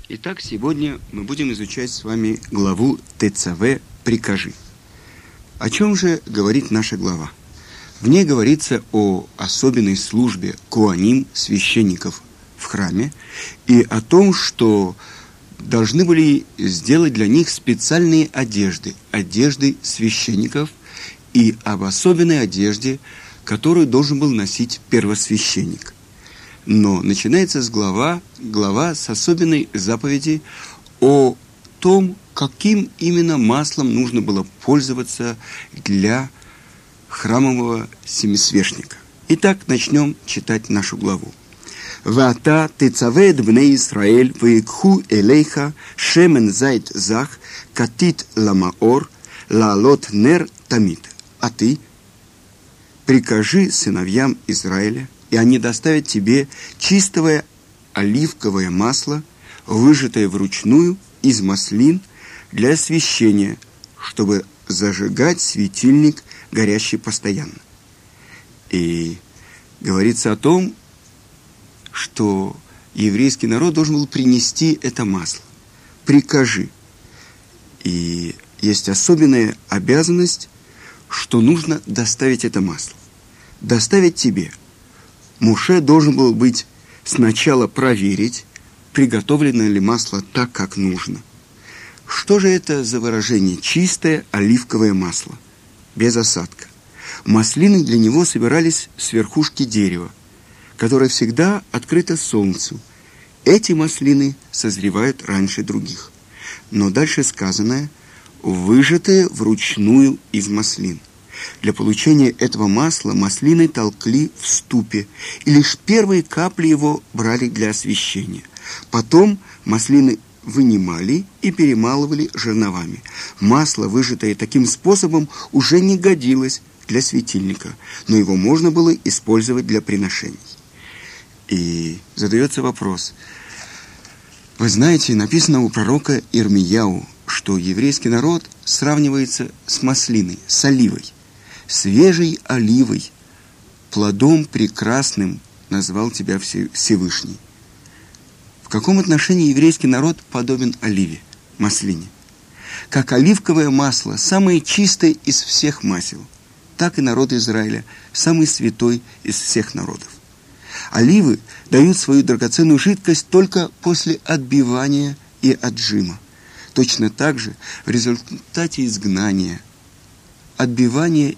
Итак, сегодня мы будем изучать с вами главу ТЦВ «Прикажи». О чем же говорит наша глава? В ней говорится о особенной службе коаним, священников в храме, и о том, что должны были сделать для них специальные одежды священников, и об особенной одежде, которую должен был носить первосвященник. Но начинается глава с особенной заповеди о том, каким именно маслом нужно было пользоваться для храмового семисвешника. Итак, начнем читать нашу главу. «Ваата тецаве эт бней Исраэль ваикху элейха шемен зайт зах катит ламаор лаалот нер тамид». А ты прикажи сыновьям Израиля, и они доставят тебе чистое оливковое масло, выжатое вручную из маслин для освящения, чтобы зажигать светильник, горящий постоянно. И говорится о том, что еврейский народ должен был принести это масло. Прикажи. И есть особенная обязанность, что нужно доставить это масло. Доставить тебе. Моше должен был быть сначала проверить, приготовлено ли масло так, как нужно. Что же это за выражение «чистое оливковое масло», без осадка? Маслины для него собирались с верхушки дерева, которое всегда открыто солнцу. Эти маслины созревают раньше других. Но дальше сказанное «выжатые вручную из маслин». Для получения этого масла маслины толкли в ступе, и лишь первые капли его брали для освящения. Потом маслины вынимали и перемалывали жерновами. Масло, выжатое таким способом, уже не годилось для светильника, но его можно было использовать для приношений. И задается вопрос. Вы знаете, написано у пророка Ирмияу, что еврейский народ сравнивается с маслиной, с оливой. Свежей оливой, плодом прекрасным назвал тебя Всевышний. В каком отношении еврейский народ подобен оливе, маслине? Как оливковое масло, самое чистое из всех масел, так и народ Израиля, самый святой из всех народов. Оливы дают свою драгоценную жидкость только после отбивания и отжима. Точно так же в результате изгнания, отбивания,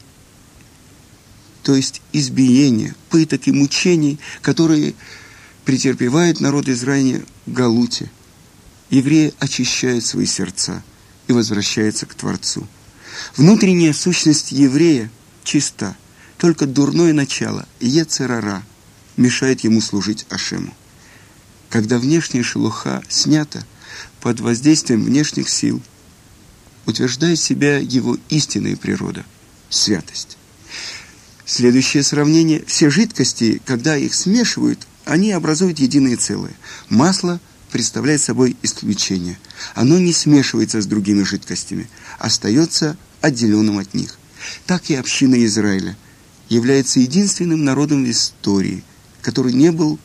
то есть избиения, пыток и мучений, которые претерпевает народ Израиля в Галуте, евреи очищают свои сердца и возвращаются к Творцу. Внутренняя сущность еврея чиста, только дурное начало, йецер ара, мешает ему служить Ашему. Когда внешняя шелуха снята под воздействием внешних сил, утверждает себя его истинная природа – святость. Следующее сравнение. Все жидкости, когда их смешивают, они образуют единое целое. Масло представляет собой исключение. Оно не смешивается с другими жидкостями, остается отделенным от них. Так и община Израиля является единственным народом в истории, который не был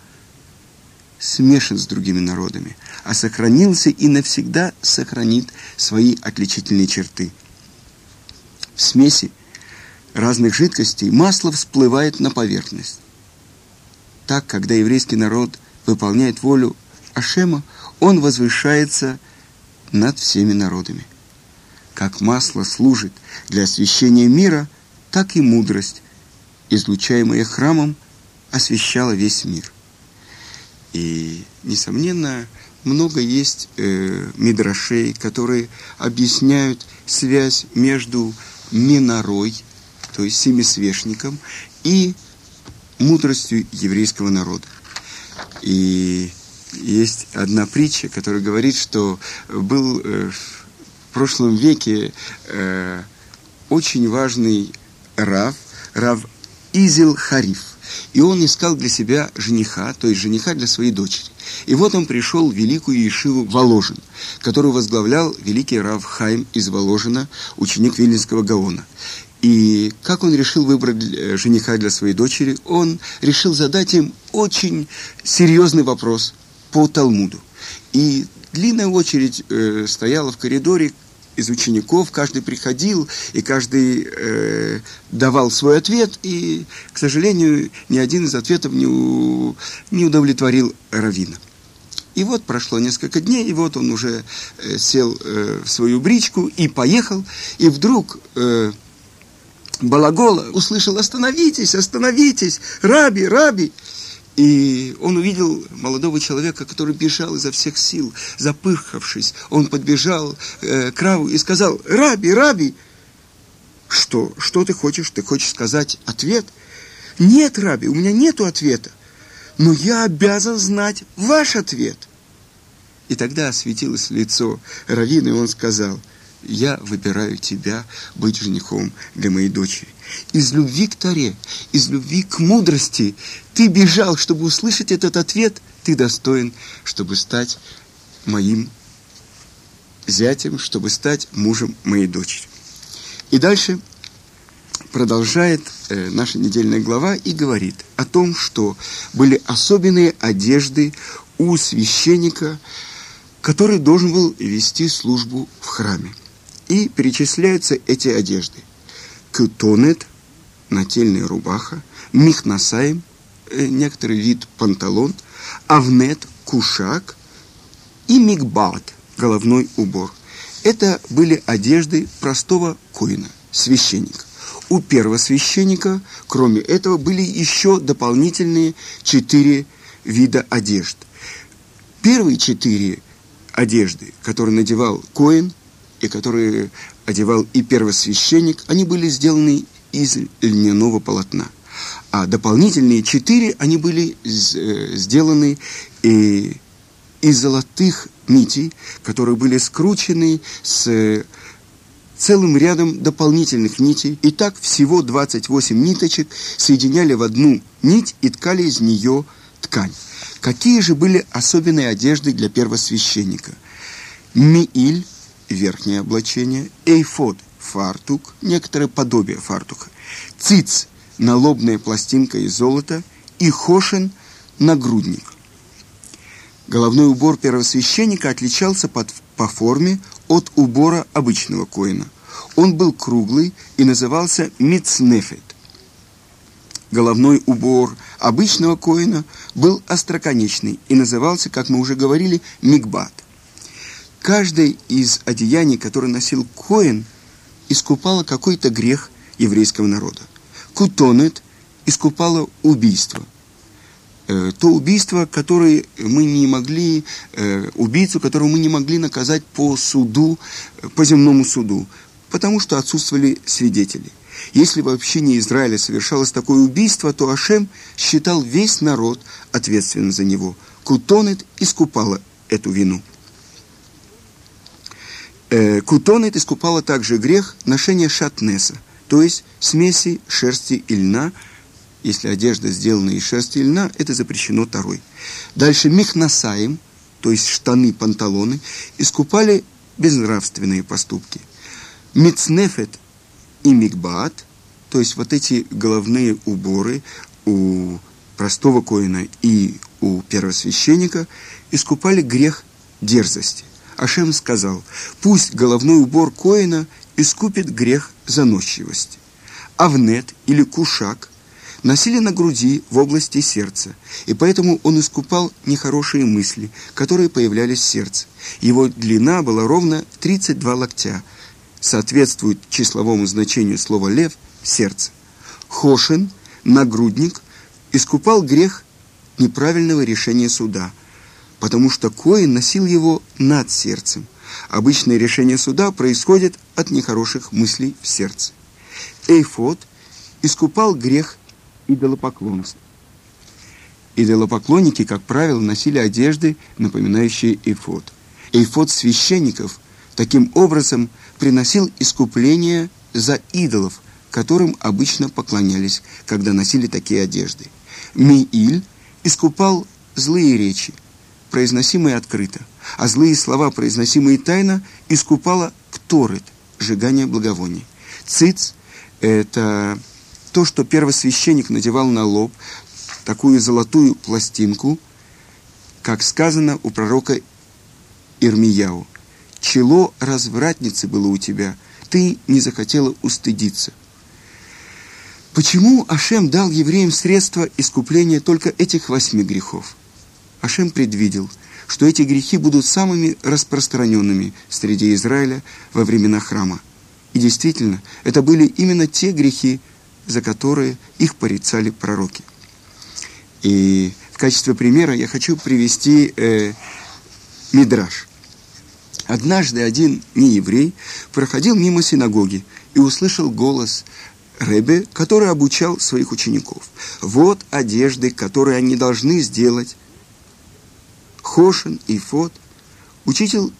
смешан с другими народами, а сохранился и навсегда сохранит свои отличительные черты. В смеси разных жидкостей масло всплывает на поверхность. Так, когда еврейский народ выполняет волю Ашема, он возвышается над всеми народами. Как масло служит для освящения мира, так и мудрость, излучаемая храмом, освещала весь мир. И, несомненно, много есть мидрашей, которые объясняют связь между минорой, то есть семисвешником, и мудростью еврейского народа. И есть одна притча, которая говорит, что был в прошлом веке очень важный рав Изил Хариф. И он искал для себя жениха, то есть жениха для своей дочери. И вот он пришел в великую ешиву Воложин, которую возглавлял великий рав Хаим из Воложина, ученик Вильнинского Гаона. И как он решил выбрать жениха для своей дочери? Он решил задать им очень серьезный вопрос по Талмуду. И длинная очередь стояла в коридоре из учеников, каждый приходил, и каждый давал свой ответ, и, к сожалению, ни один из ответов не удовлетворил раввина. И вот прошло несколько дней, и вот он уже сел в свою бричку и поехал, и вдруг Балагола услышал: «Остановитесь, остановитесь, раби, раби!» И он увидел молодого человека, который бежал изо всех сил, запыхавшись. Он подбежал к раву и сказал: «Раби, раби!» «Что? Что ты хочешь? Ты хочешь сказать ответ?» «Нет, раби, у меня нету ответа. Но я обязан знать ваш ответ». И тогда осветилось лицо раввина, и он сказал: «Я выбираю тебя быть женихом для моей дочери. Из любви к Торе, из любви к мудрости ты бежал, чтобы услышать этот ответ. Ты достоин, чтобы стать моим зятем, чтобы стать мужем моей дочери». И дальше продолжает наша недельная глава и говорит о том, что были особенные одежды у священника, который должен был вести службу в храме. И перечисляются эти одежды: кетонет, нательная рубаха, михнасаим, некоторый вид панталон, авнет, кушак и микбат, головной убор. Это были одежды простого коэна, священника. У первосвященника, кроме этого, были еще дополнительные 4 вида одежд. Первые 4 одежды, которые надевал коэн, и которые одевал и первосвященник, они были сделаны из льняного полотна. А дополнительные 4, они были сделаны из золотых нитей, которые были скручены с целым рядом дополнительных нитей. И так всего 28 ниточек соединяли в одну нить и ткали из нее ткань. Какие же были особенные одежды для первосвященника? Мииль, верхнее облачение, эйфод, фартук, некоторое подобие фартука, циц, налобная пластинка из золота, и хошен, нагрудник. Головной убор первосвященника отличался по форме от убора обычного коэна. Он был круглый и назывался мицнефет. Головной убор обычного коэна был остроконечный и назывался, как мы уже говорили, микбат. Каждое из одеяний, которое носил коэн, искупало какой-то грех еврейского народа. Кутонет искупало убийство. То убийство, которое мы не могли, убийцу, которого мы не могли наказать по суду, по земному суду, потому что отсутствовали свидетели. Если в общине Израиля совершалось такое убийство, то Ашем считал весь народ ответственным за него. Кутонет искупало эту вину. Кутонет искупало также грех ношения шатнеса, то есть смеси шерсти и льна. Если одежда сделана из шерсти и льна, это запрещено Торой. Дальше михнасаим, то есть штаны, панталоны, искупали безнравственные поступки. Мицнефет и микбаат, то есть вот эти головные уборы у простого коэна и у первосвященника, искупали грех дерзости. Ашем сказал: пусть головной убор коэна искупит грех заносчивости. Авнет или кушак носили на груди в области сердца, и поэтому он искупал нехорошие мысли, которые появлялись в сердце. Его длина была ровно 32 локтя, соответствует числовому значению слова «лев» – сердце. Хошен, нагрудник, искупал грех неправильного решения суда, потому что коэн носил его над сердцем. Обычное решение суда происходит от нехороших мыслей в сердце. Эйфод искупал грех идолопоклонства. Идолопоклонники, как правило, носили одежды, напоминающие эйфод. Эйфод священников таким образом приносил искупление за идолов, которым обычно поклонялись, когда носили такие одежды. Мииль искупал злые речи, произносимые открыто, а злые слова, произносимые тайно, искупала кторет, сжигание благовоний. Циц – это то, что первосвященник надевал на лоб, такую золотую пластинку, как сказано у пророка Ирмияу, чело развратницы было у тебя, ты не захотела устыдиться. Почему Ашем дал евреям средства искупления только этих 8 грехов? Ашем предвидел, что эти грехи будут самыми распространенными среди Израиля во времена храма. И действительно, это были именно те грехи, за которые их порицали пророки. И в качестве примера я хочу привести мидраш. Однажды один нееврей проходил мимо синагоги и услышал голос Ребе, который обучал своих учеников. Вот одежды, которые они должны сделать. Хошен и Фот. Учитель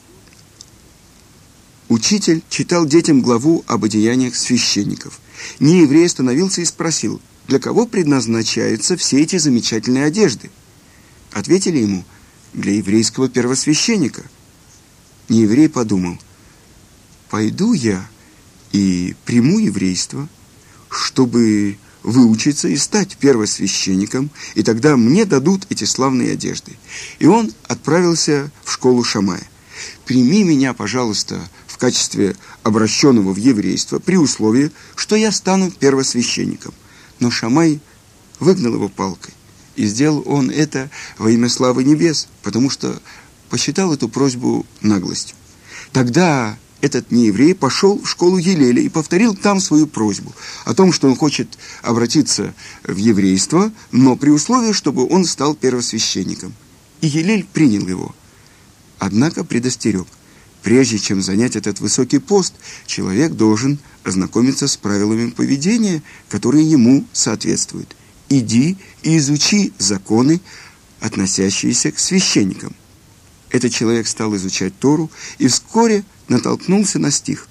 читал детям главу об одеяниях священников. Нееврей остановился и спросил, для кого предназначаются все эти замечательные одежды? Ответили ему, для еврейского первосвященника. Нееврей подумал, пойду я и приму еврейство, чтобы выучиться и стать первосвященником, и тогда мне дадут эти славные одежды. И он отправился в школу Шамая. Прими меня, пожалуйста, в качестве обращенного в еврейство, при условии, что я стану первосвященником. Но Шамай выгнал его палкой. И сделал он это во имя славы небес, потому что посчитал эту просьбу наглостью. Тогда этот нееврей пошел в школу Елеля и повторил там свою просьбу о том, что он хочет обратиться в еврейство, но при условии, чтобы он стал первосвященником. И Елель принял его. Однако предостерег. Прежде чем занять этот высокий пост, человек должен ознакомиться с правилами поведения, которые ему соответствуют. Иди и изучи законы, относящиеся к священникам. Этот человек стал изучать Тору и вскоре натолкнулся на стих.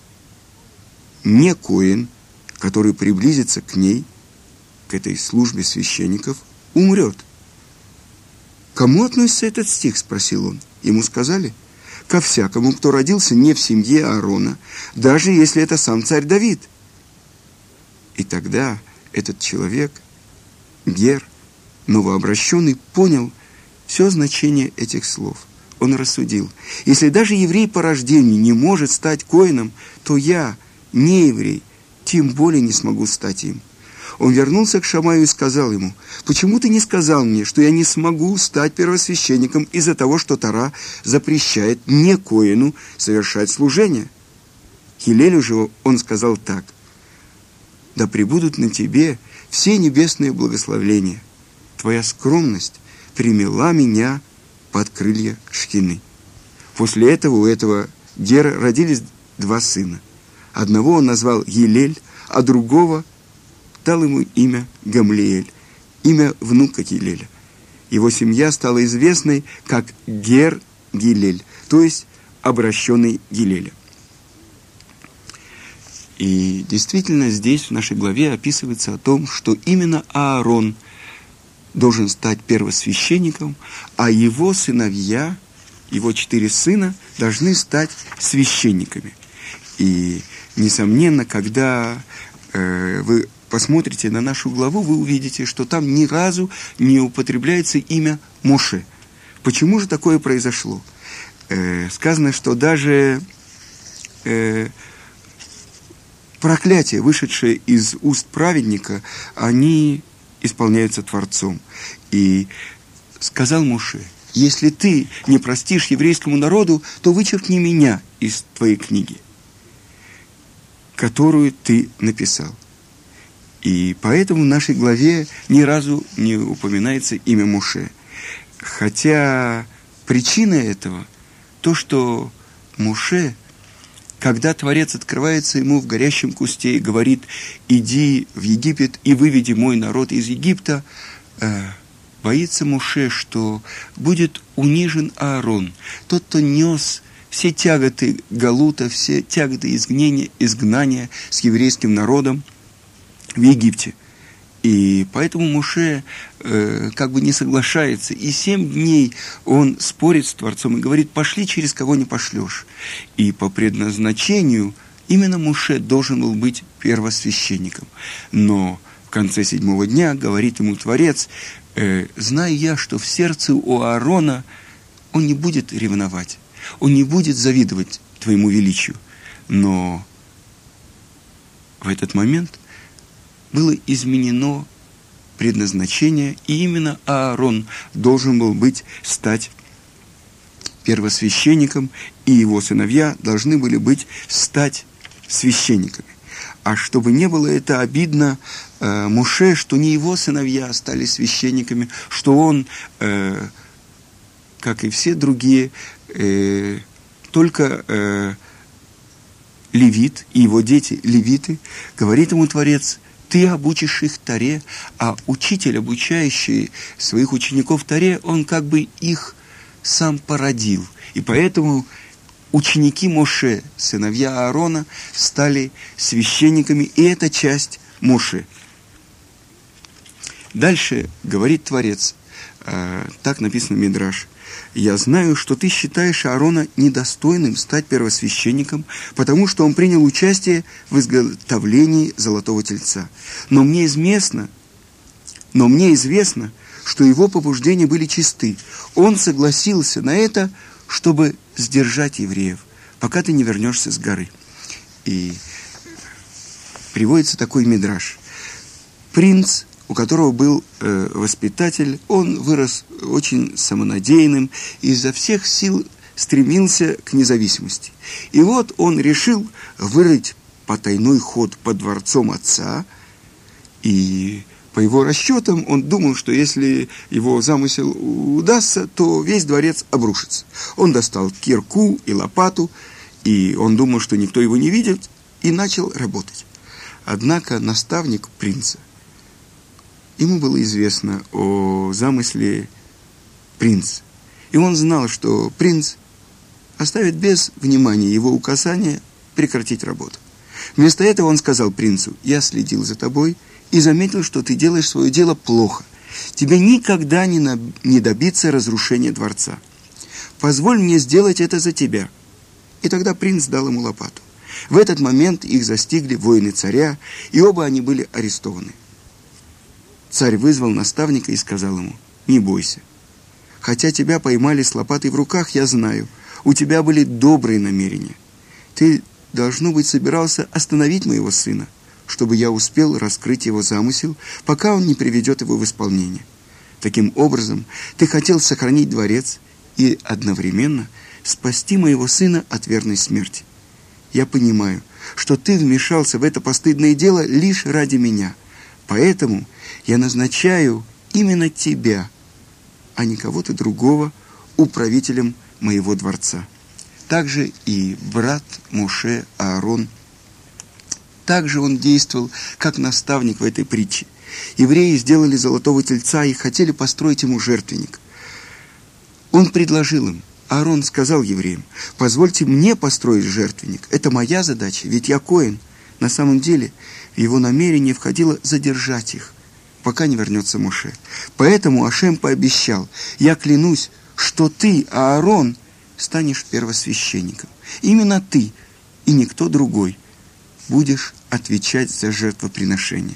«Не коэн, который приблизится к ней, к этой службе священников, умрет». «Кому относится этот стих?» – спросил он. Ему сказали, ко всякому, кто родился не в семье Аарона, даже если это сам царь Давид. И тогда этот человек, Гер, новообращенный, понял все значение этих слов. Он рассудил, если даже еврей по рождению не может стать коэном, то я, не еврей, тем более не смогу стать им. Он вернулся к Шамаю и сказал ему, почему ты не сказал мне, что я не смогу стать первосвященником из-за того, что Тора запрещает не коэну совершать служение? Хилелю же он сказал так, да пребудут на тебе все небесные благословления. Твоя скромность примела меня под крылья Шхины. После этого у этого Гера родились 2 сына. Одного он назвал Елель, а другого дал ему имя Гамлиэль, имя внука Елеля. Его семья стала известной как Гер-Гилель, то есть обращенный Гилеля. И действительно здесь в нашей главе описывается о том, что именно Аарон должен стать первосвященником, а его сыновья, его 4 сына, должны стать священниками. И, несомненно, когда вы посмотрите на нашу главу, вы увидите, что там ни разу не употребляется имя Моше. Почему же такое произошло? Сказано, что даже проклятия, вышедшие из уст праведника, они исполняются Творцом. И сказал Моше, если ты не простишь еврейскому народу, то вычеркни меня из твоей книги, которую ты написал. И поэтому в нашей главе ни разу не упоминается имя Моше. Хотя причина этого то, что Моше, когда Творец открывается ему в горящем кусте и говорит, иди в Египет и выведи мой народ из Египта, боится Моше, что будет унижен Аарон, тот, кто нес все тяготы галута, все тяготы изгнания с еврейским народом в Египте. И поэтому Моше как бы не соглашается. И 7 дней он спорит с Творцом и говорит, пошли, через кого не пошлешь. И по предназначению именно Моше должен был быть первосвященником. Но в конце 7-го дня говорит ему Творец, знаю я, что в сердце у Аарона он не будет ревновать, он не будет завидовать твоему величию. Но в этот момент было изменено предназначение, и именно Аарон должен был стать первосвященником, и его сыновья должны были стать священниками. А чтобы не было это обидно Моше, что не его сыновья стали священниками, что он, как и все другие, только левит, и его дети левиты, говорит ему Творец: ты обучишь их Торе, а учитель, обучающий своих учеников Торе, он как бы их сам породил. И поэтому ученики Моше, сыновья Аарона, стали священниками, и это часть Моше. Дальше говорит Творец, так написано в Мидраш: «Я знаю, что ты считаешь Аарона недостойным стать первосвященником, потому что он принял участие в изготовлении золотого тельца. Но мне известно, что его побуждения были чисты. Он согласился на это, чтобы сдержать евреев, пока ты не вернешься с горы». И приводится такой мидраш. Принц, у которого был воспитатель, он вырос очень самонадеянным и изо всех сил стремился к независимости. И вот он решил вырыть потайной ход под дворцом отца, и по его расчетам он думал, что если его замысел удастся, то весь дворец обрушится. Он достал кирку и лопату, и он думал, что никто его не видит, и начал работать. Однако наставник принца, ему было известно о замысле принца. И он знал, что принц оставит без внимания его указания прекратить работу. Вместо этого он сказал принцу: «Я следил за тобой и заметил, что ты делаешь свое дело плохо. Тебе никогда не добиться разрушения дворца. Позволь мне сделать это за тебя». И тогда принц дал ему лопату. В этот момент их застигли воины царя, и оба они были арестованы. Царь вызвал наставника и сказал ему: «Не бойся. Хотя тебя поймали с лопатой в руках, я знаю, у тебя были добрые намерения. Ты, должно быть, собирался остановить моего сына, чтобы я успел раскрыть его замысел, пока он не приведет его в исполнение. Таким образом, ты хотел сохранить дворец и одновременно спасти моего сына от верной смерти. Я понимаю, что ты вмешался в это постыдное дело лишь ради меня, поэтому я назначаю именно тебя, а не кого-то другого, управителем моего дворца». Также и брат Моше Аарон, также он действовал как наставник в этой притче. Евреи сделали золотого тельца и хотели построить ему жертвенник. Он предложил им, Аарон сказал евреям: «Позвольте мне построить жертвенник, это моя задача, ведь я коэн». На самом деле в его намерение входило задержать их, пока не вернется Моше. Поэтому Ашем пообещал: «Я клянусь, что ты, Аарон, станешь первосвященником. Именно ты и никто другой будешь отвечать за жертвоприношение».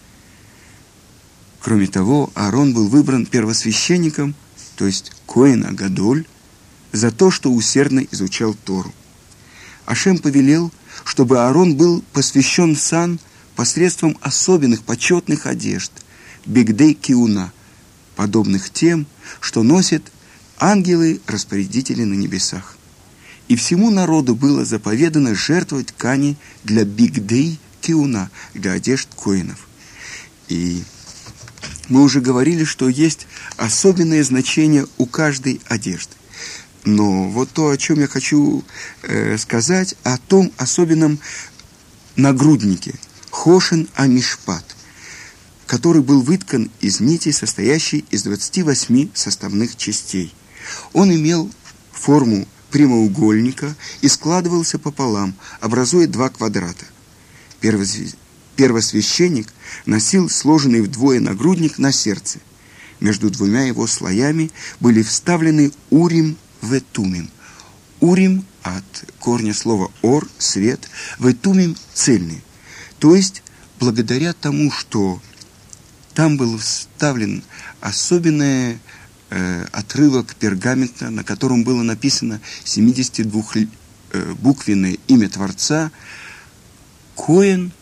Кроме того, Аарон был выбран первосвященником, то есть коэн а-гадоль, за то, что усердно изучал Тору. Ашем повелел, чтобы Аарон был посвящен в сан посредством особенных почетных одежд, бигдей киуна, подобных тем, что носят ангелы-распорядители на небесах. И всему народу было заповедано жертвовать ткани для бигдей киуна, для одежд коэнов. И мы уже говорили, что есть особенное значение у каждой одежды. Но вот то, о чем я хочу сказать, о том особенном нагруднике, хошен амишпат, который был выткан из нитей, состоящей из 28 составных частей. Он имел форму прямоугольника и складывался пополам, образуя два квадрата. Первосвященник носил сложенный вдвое нагрудник на сердце. Между двумя его слоями были вставлены урим ветумим. Урим от корня слова ор, свет, ветумим цельный. То есть, благодаря тому, что там был вставлен особенное отрывок пергамента, на котором было написано 72-буквенное имя Творца, коэн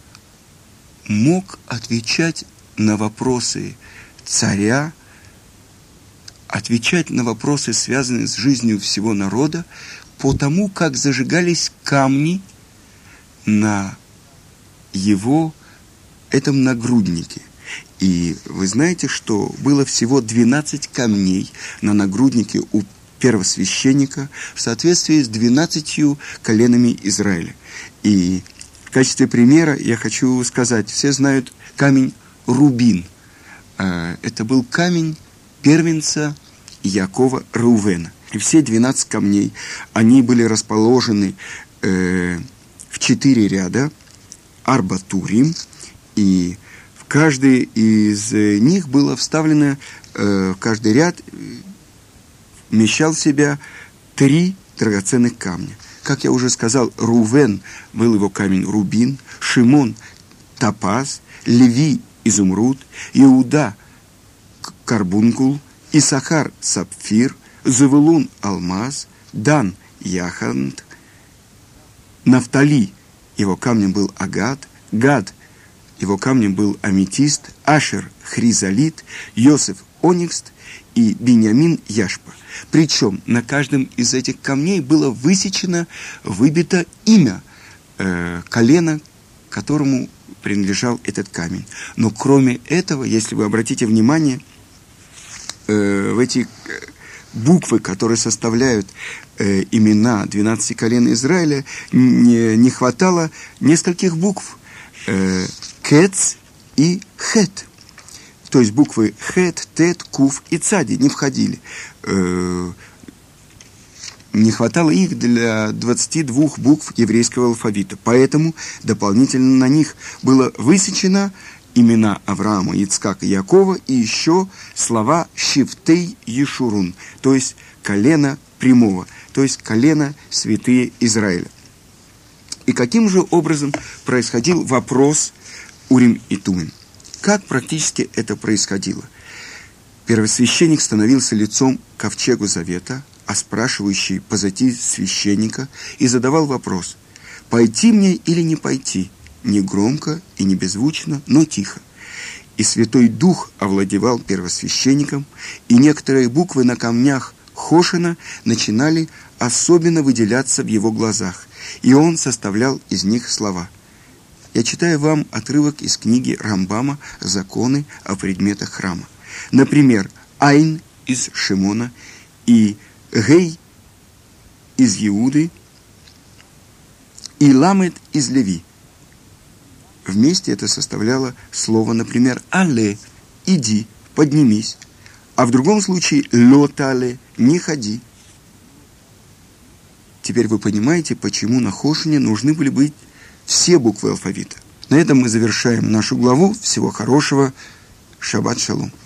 мог отвечать на вопросы царя, отвечать на вопросы, связанные с жизнью всего народа, по тому, как зажигались камни на его этом нагруднике. И вы знаете, что было всего 12 камней на нагруднике у первосвященника в соответствии с 12 коленами Израиля. И в качестве примера я хочу сказать, все знают камень Рубин. Это был камень первенца Якова Реувена. И все 12 камней, они были расположены в 4 ряда, арбатурим, и в каждый из них было вставлено, в каждый ряд вмещал в себя 3 драгоценных камня. Как я уже сказал, Рувен был его камень Рубин, Шимон – топаз, Леви – изумруд, Иуда – карбункул, Исахар – сапфир, Завулун – алмаз, Дан – яхонт, Нафтали – его камнем был агат, Гад – его камнем был аметист, Ашер – хризолит, Йосеф – оникс и Биньямин – яшпа. Причем на каждом из этих камней было выбито имя колена, которому принадлежал этот камень. Но кроме этого, если вы обратите внимание, в эти буквы, которые составляют имена 12 колен Израиля, не хватало нескольких букв. Кец и Хет. То есть буквы Хет, Тет, Кув и Цади не входили. Не хватало их для 22 букв еврейского алфавита. Поэтому дополнительно на них было высечено имена Авраама, Ицкака и Якова и еще слова Шифтей Ешурун, то есть колено прямого, то есть колено святые Израиля. И каким же образом происходил вопрос Урим и Тумим? Как практически это происходило? Первосвященник становился лицом к ковчегу завета, а спрашивающий позади священника, и задавал вопрос: «Пойти мне или не пойти?» Не громко и не беззвучно, но тихо. И Святой Дух овладевал первосвященником, и некоторые буквы на камнях Хошина начинали особенно выделяться в его глазах, и он составлял из них слова. Я читаю вам отрывок из книги Рамбама «Законы о предметах храма». Например, Айн из Шимона и Гей из Иуды и Ламед из Леви. Вместе это составляло слово, например, «але» – «иди», «поднимись», а в другом случае «лотале» – «не ходи». Теперь вы понимаете, почему на Хошине нужны были быть все буквы алфавита. На этом мы завершаем нашу главу. Всего хорошего. Шаббат шалом.